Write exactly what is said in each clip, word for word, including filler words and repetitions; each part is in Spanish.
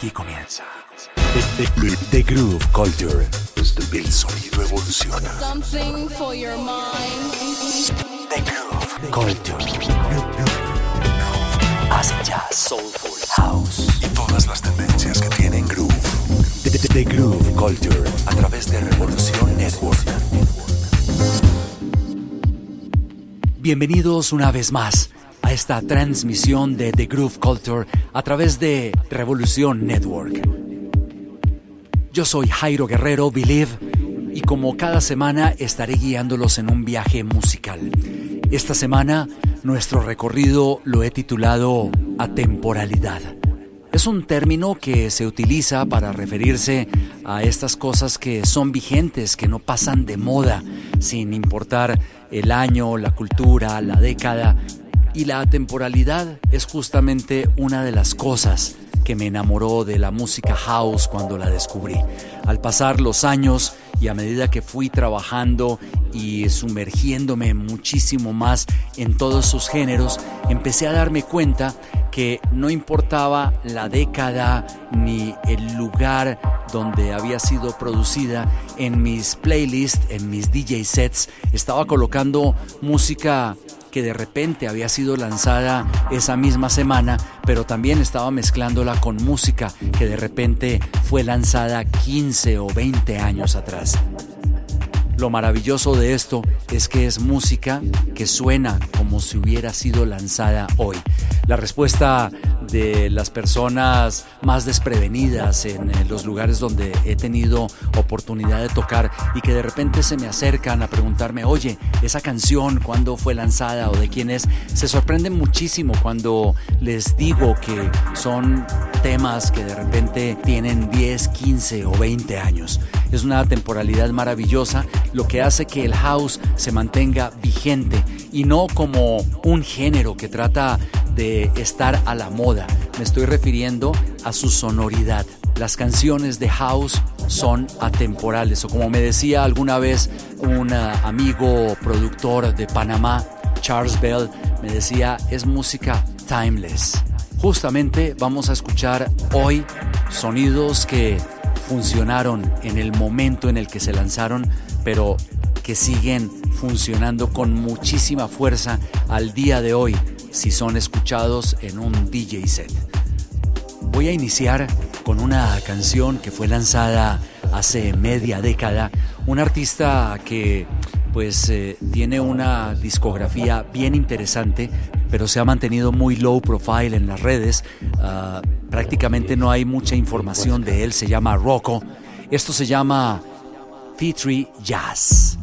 Aquí comienza The, the, the Groove Culture. El sonido evoluciona. Something for your mind. The Groove Culture. Acid jazz, soulful, house y todas las tendencias que tienen groove. The, the, the Groove Culture a través de Revolución Network. Bienvenidos una vez más a esta transmisión de The Groove Culture a través de Revolución Network. Yo soy Jairo Guerrero, Believe, y como cada semana estaré guiándolos en un viaje musical. Esta semana nuestro recorrido lo he titulado Atemporalidad. Es un término que se utiliza para referirse a estas cosas que son vigentes, que no pasan de moda, sin importar el año, la cultura, la década. Y la atemporalidad es justamente una de las cosas que me enamoró de la música house cuando la descubrí. Al pasar los años y a medida que fui trabajando y sumergiéndome muchísimo más en todos sus géneros, empecé a darme cuenta que no importaba la década ni el lugar donde había sido producida, en mis playlists, en mis D J sets, estaba colocando música que de repente había sido lanzada esa misma semana, pero también estaba mezclándola con música que de repente fue lanzada quince o veinte años atrás. Lo maravilloso de esto es que es música que suena como si hubiera sido lanzada hoy. La respuesta de las personas más desprevenidas en los lugares donde he tenido oportunidad de tocar y que de repente se me acercan a preguntarme, oye, esa canción, ¿cuándo fue lanzada o de quién es? Se sorprenden muchísimo cuando les digo que son temas que de repente tienen diez, quince o veinte años. Es una temporalidad maravillosa, lo que hace que el house se mantenga vigente y no como un género que trata de estar a la moda. Me estoy refiriendo a su sonoridad. Las canciones de house son atemporales, o como me decía alguna vez un amigo productor de Panamá, Charles Bell, me decía, es música timeless. Justamente vamos a escuchar hoy sonidos que funcionaron en el momento en el que se lanzaron, pero que siguen funcionando con muchísima fuerza al día de hoy si son escuchados en un D J set. Voy a iniciar con una canción que fue lanzada hace media década, un artista que pues eh, tiene una discografía bien interesante, pero se ha mantenido muy low profile en las redes. Uh, prácticamente no hay mucha información de él. Se llama Rocco. Esto se llama T tres Jazz.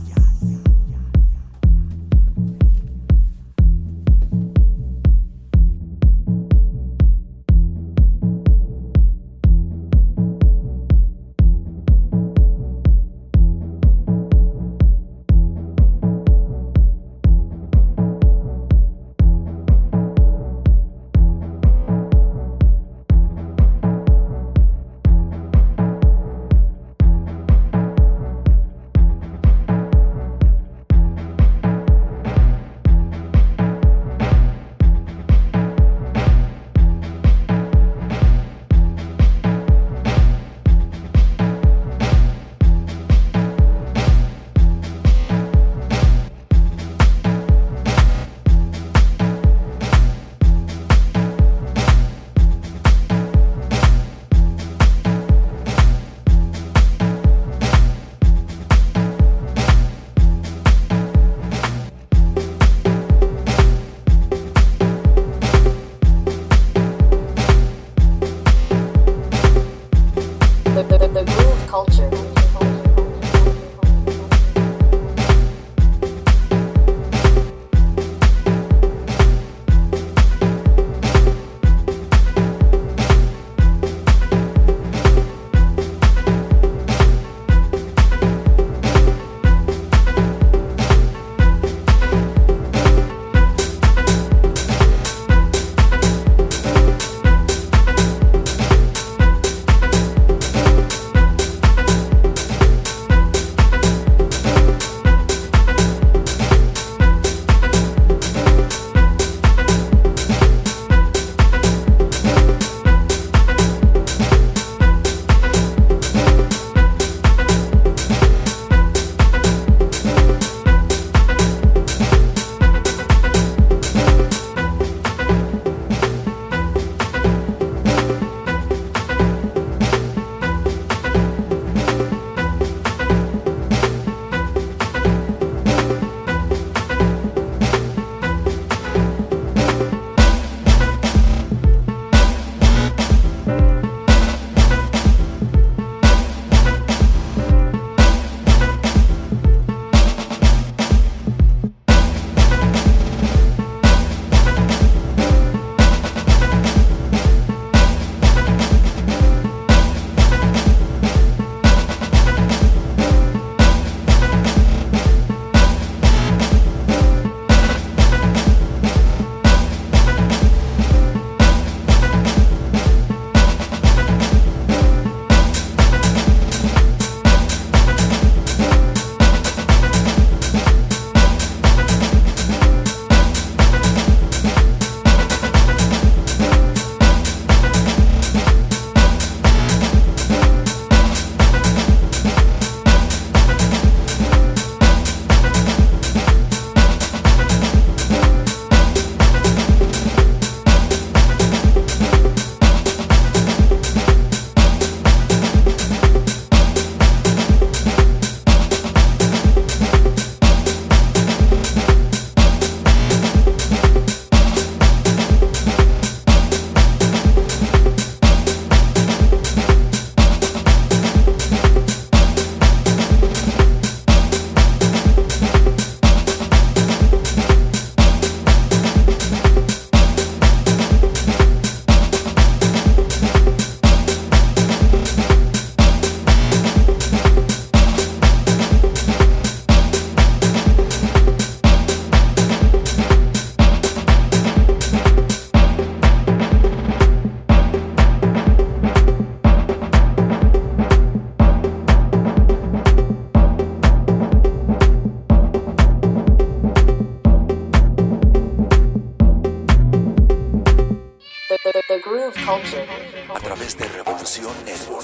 Groove Culture. A través de Revolución Network.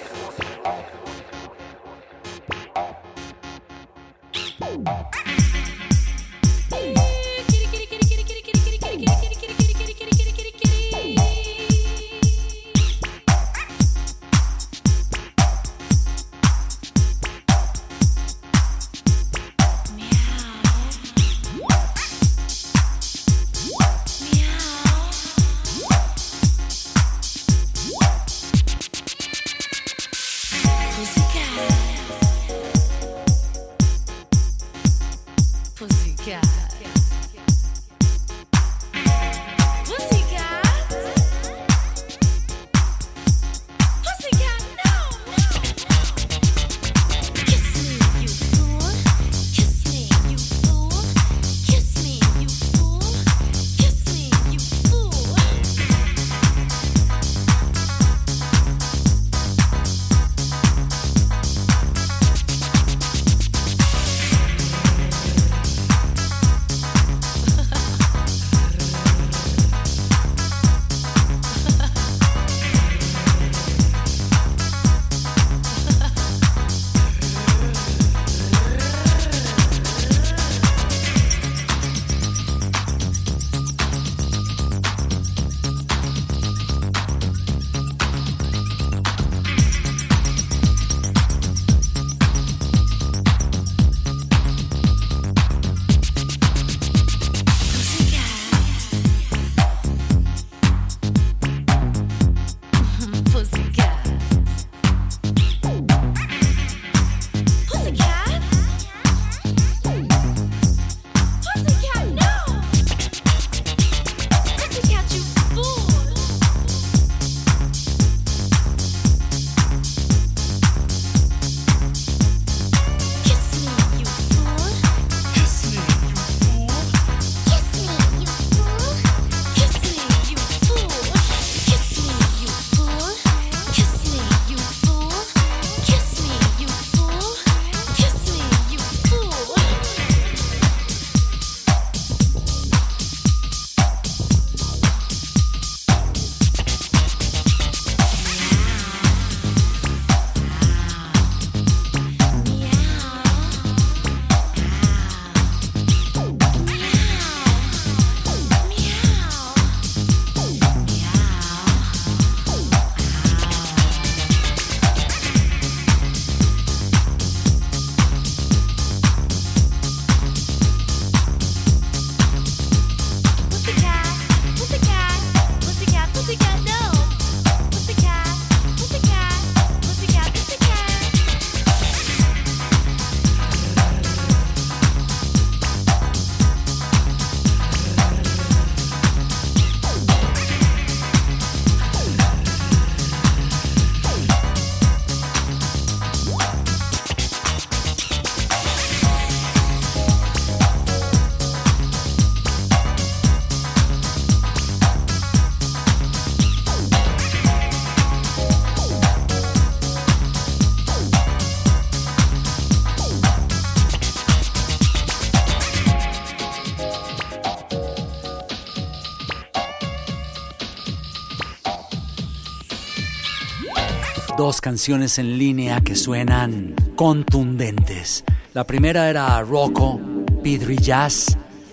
Dos canciones en línea que suenan contundentes. La primera era Rocco, Pedro Jazz,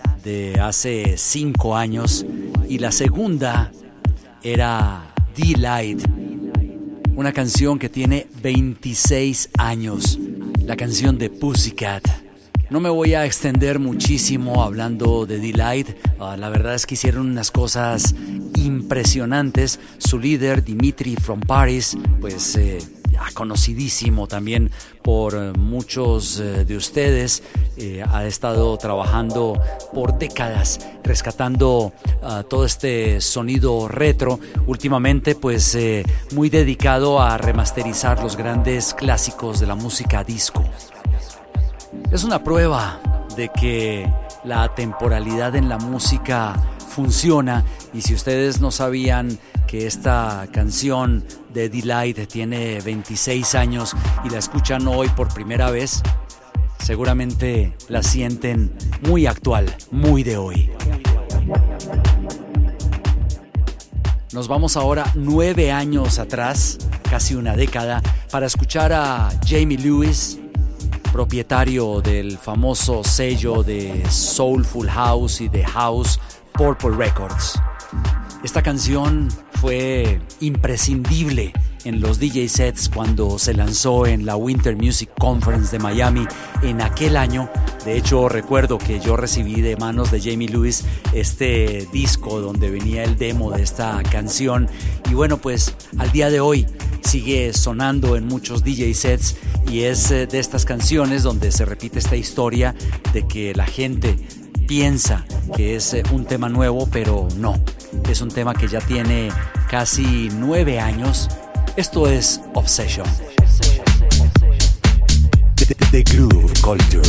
de hace cinco años. Y la segunda era D-Light, una canción que tiene veintiséis años. La canción de Pussycat. No me voy a extender muchísimo hablando de D-Light. Uh, la verdad es que hicieron unas cosas impresionantes. Su líder, Dimitri from Paris, pues eh, ya conocidísimo también por eh, muchos eh, de ustedes, eh, ha estado trabajando por décadas rescatando uh, todo este sonido retro. Últimamente pues eh, muy dedicado a remasterizar los grandes clásicos de la música disco. Es una prueba de que la temporalidad en la música funciona, y si ustedes no sabían que esta canción de D-Light tiene veintiséis años y la escuchan hoy por primera vez, seguramente la sienten muy actual, muy de hoy. Nos vamos ahora nueve años atrás, casi una década, para escuchar a Jamie Lewis, propietario del famoso sello de Soulful House y de House, Purple Records. Esta canción fue imprescindible en los D J sets cuando se lanzó en la Winter Music Conference de Miami en aquel año. De hecho, recuerdo que yo recibí de manos de Jamie Lewis este disco donde venía el demo de esta canción. Y bueno, pues al día de hoy sigue sonando en muchos D J sets y es de estas canciones donde se repite esta historia de que la gente piensa que es un tema nuevo, pero no. Es un tema que ya tiene casi nueve años. Esto es Obsession. The, the Groove Culture.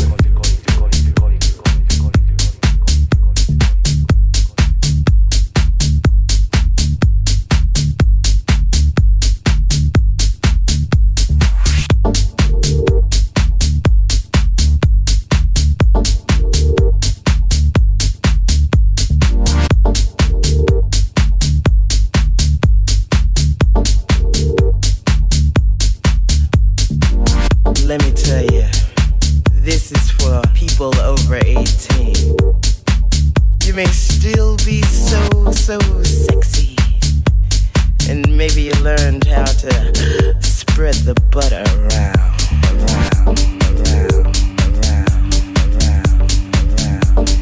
Let me tell you, this is for people over eighteen. You may still be so, so sexy. And maybe you learned how to spread the butter around, around, around, around, around, around.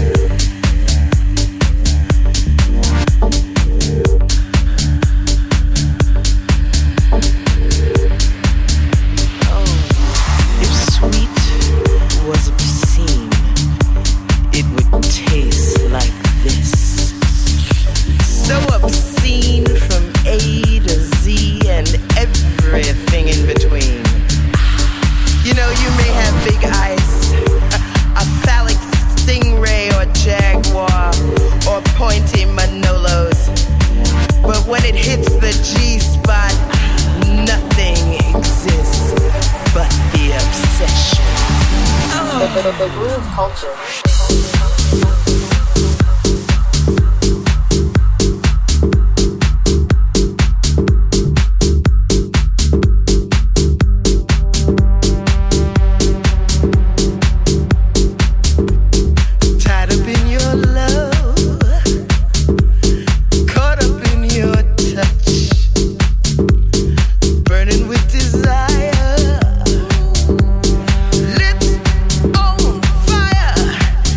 Was obscene, it would taste like this. So obscene from A to Z and everything in between. You know, you may have big eyes, a phallic stingray or jaguar, or pointy Manolos. But when it hits the G-spot, nothing exists but the obsession. The, the, the groove culture. Lips on fire.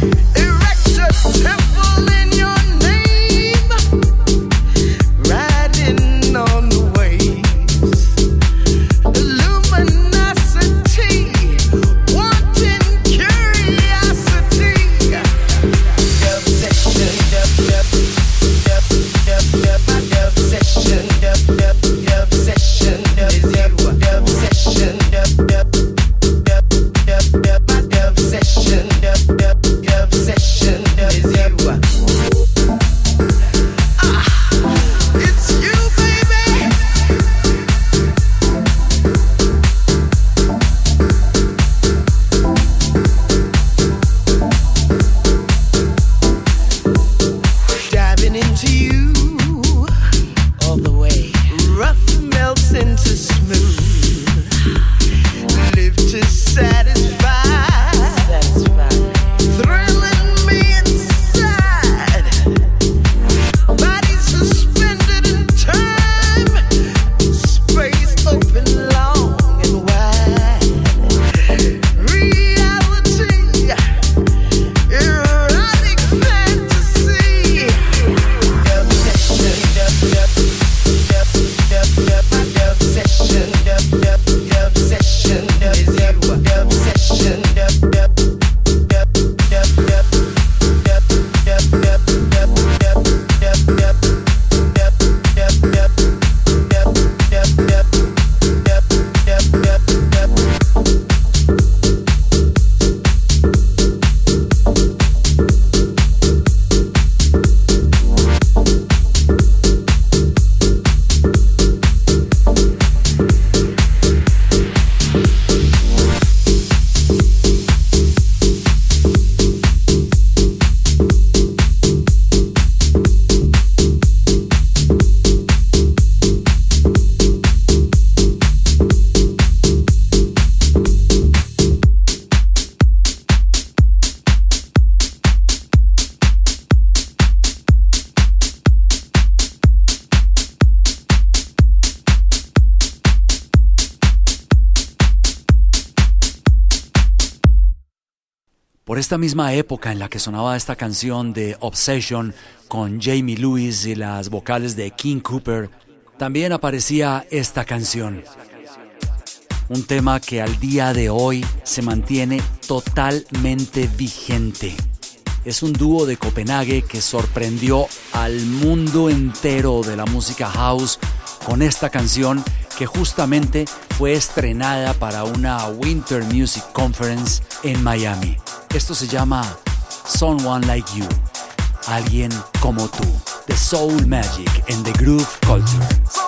Por esta misma época en la que sonaba esta canción de Obsession con Jamie Lewis y las vocales de King Cooper, también aparecía esta canción. Un tema que al día de hoy se mantiene totalmente vigente. Es un dúo de Copenhague que sorprendió al mundo entero de la música house con esta canción que justamente fue estrenada para una Winter Music Conference en Miami. Esto se llama Someone Like You, alguien como tú, The Soul Magic and the Groove Culture.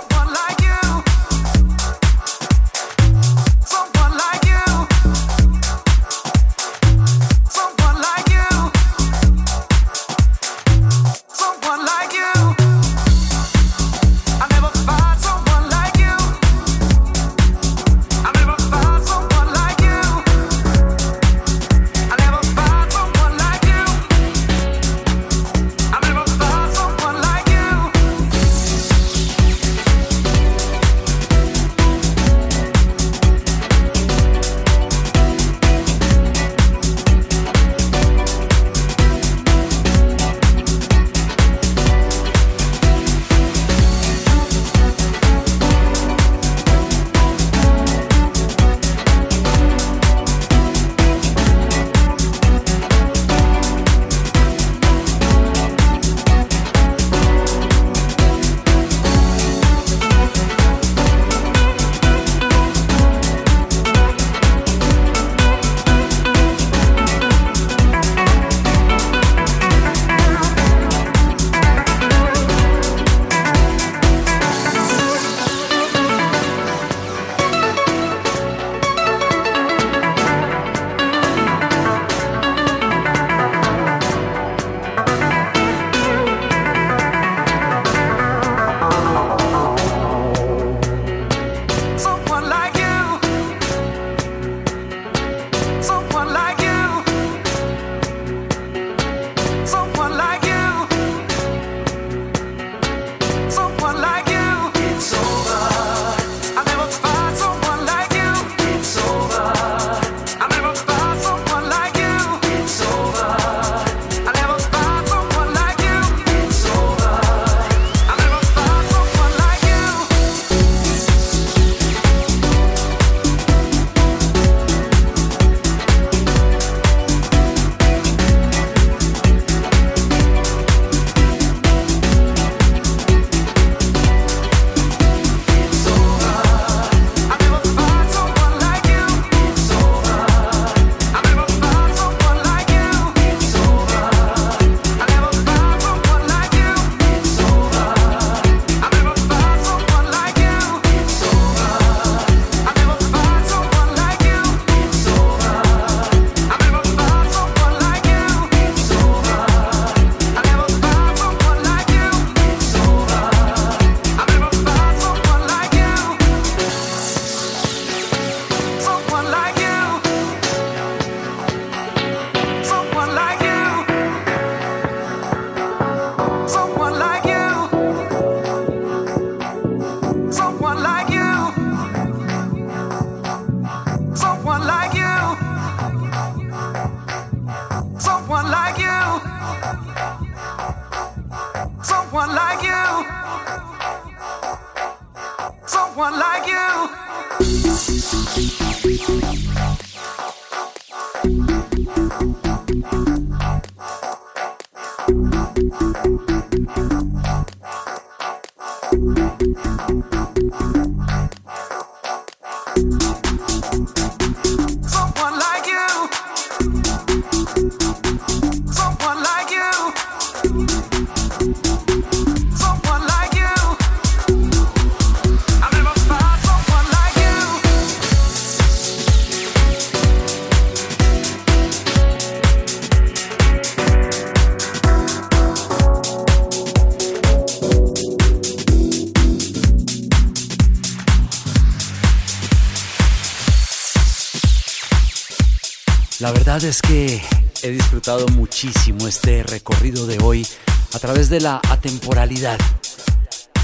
La verdad es que he disfrutado muchísimo este recorrido de hoy a través de la atemporalidad,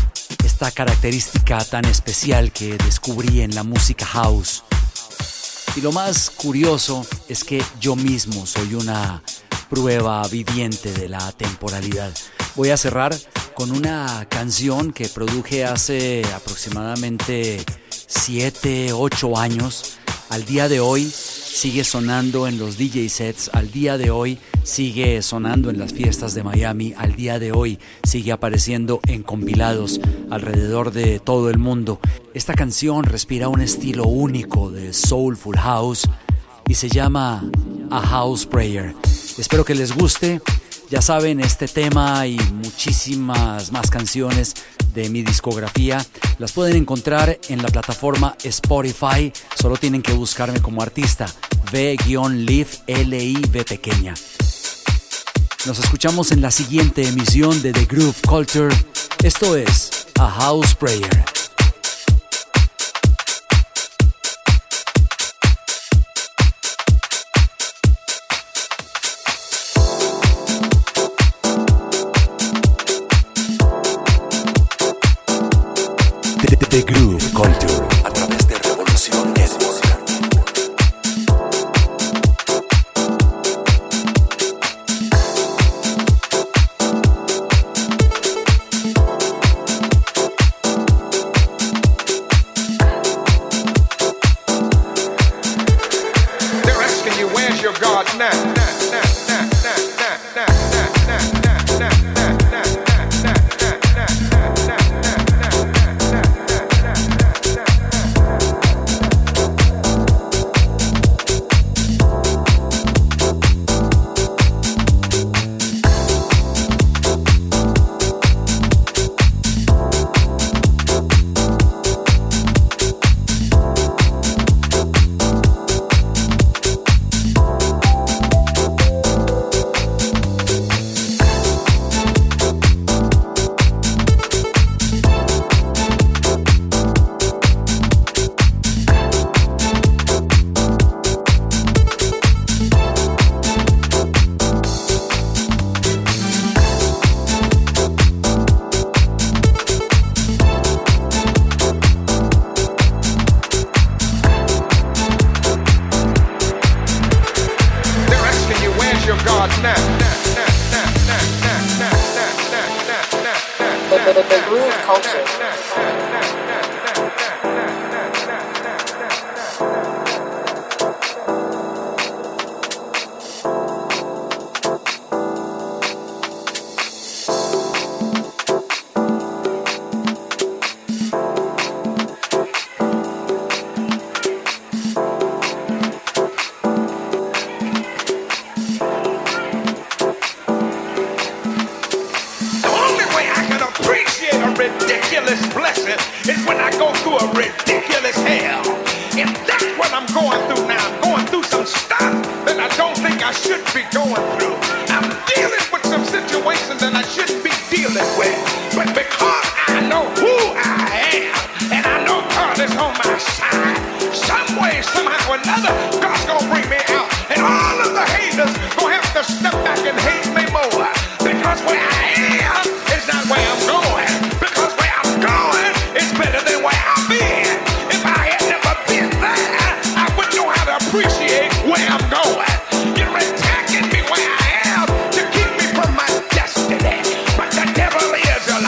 esta característica tan especial que descubrí en la música house. Y lo más curioso es que yo mismo soy una prueba viviente de la temporalidad. Voy a cerrar con una canción que produje hace aproximadamente siete, ocho años. Al día de hoy sigue sonando en los D J sets, al día de hoy sigue sonando en las fiestas de Miami, al día de hoy sigue apareciendo en compilados alrededor de todo el mundo. Esta canción respira un estilo único de soulful house y se llama A House Prayer. Espero que les guste. Ya saben, este tema y muchísimas más canciones de mi discografía las pueden encontrar en la plataforma Spotify. Solo tienen que buscarme como artista V-Liv, L I V pequeña. Nos escuchamos en la siguiente emisión de The Groove Culture. Esto es A House Prayer. The Groove Culture a través de Revolución Network. They're asking you, where's your God now? The, the, the Groove Culture. Ridiculous blessing is when I go through a ridiculous hell. If that's what I'm going through now, I'm going through some stuff that I don't think I should be going through. I'm dealing with some situations that I shouldn't be dealing with. But because I know who I am, and I know God is on my side, some way, somehow or another, God's gonna bring me out. And all of the haters gonna have to step back and hate me more. Because where I am is not where I'm going. Because where I'm going is better than where I've been. If I had never been there, I wouldn't know how to appreciate where I'm going. You're attacking me where I am to keep me from my destiny. But the devil is a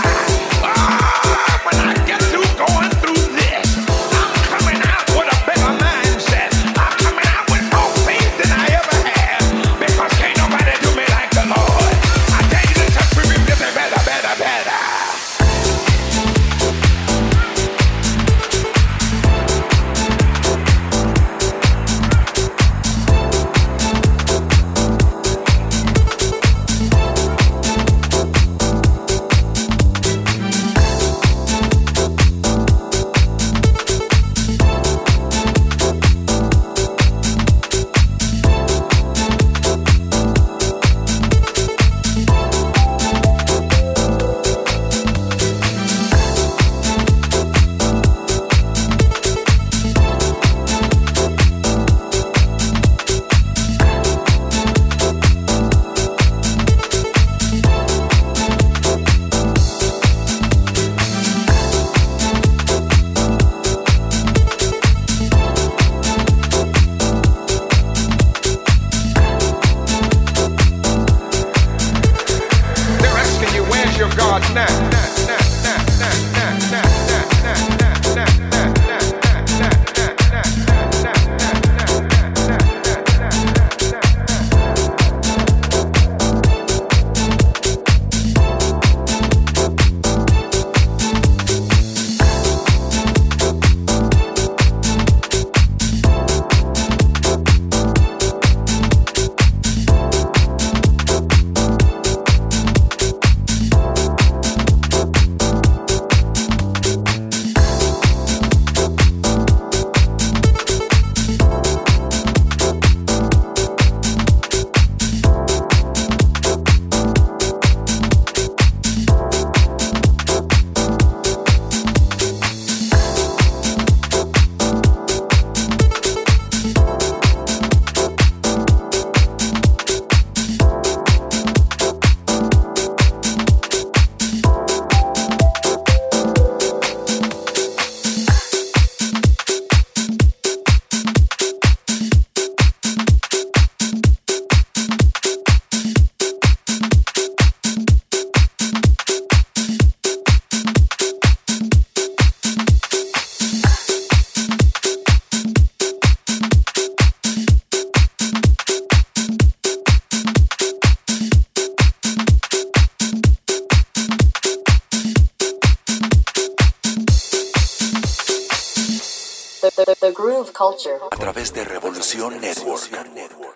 The, the, the Groove Culture. A través de Revolución Network.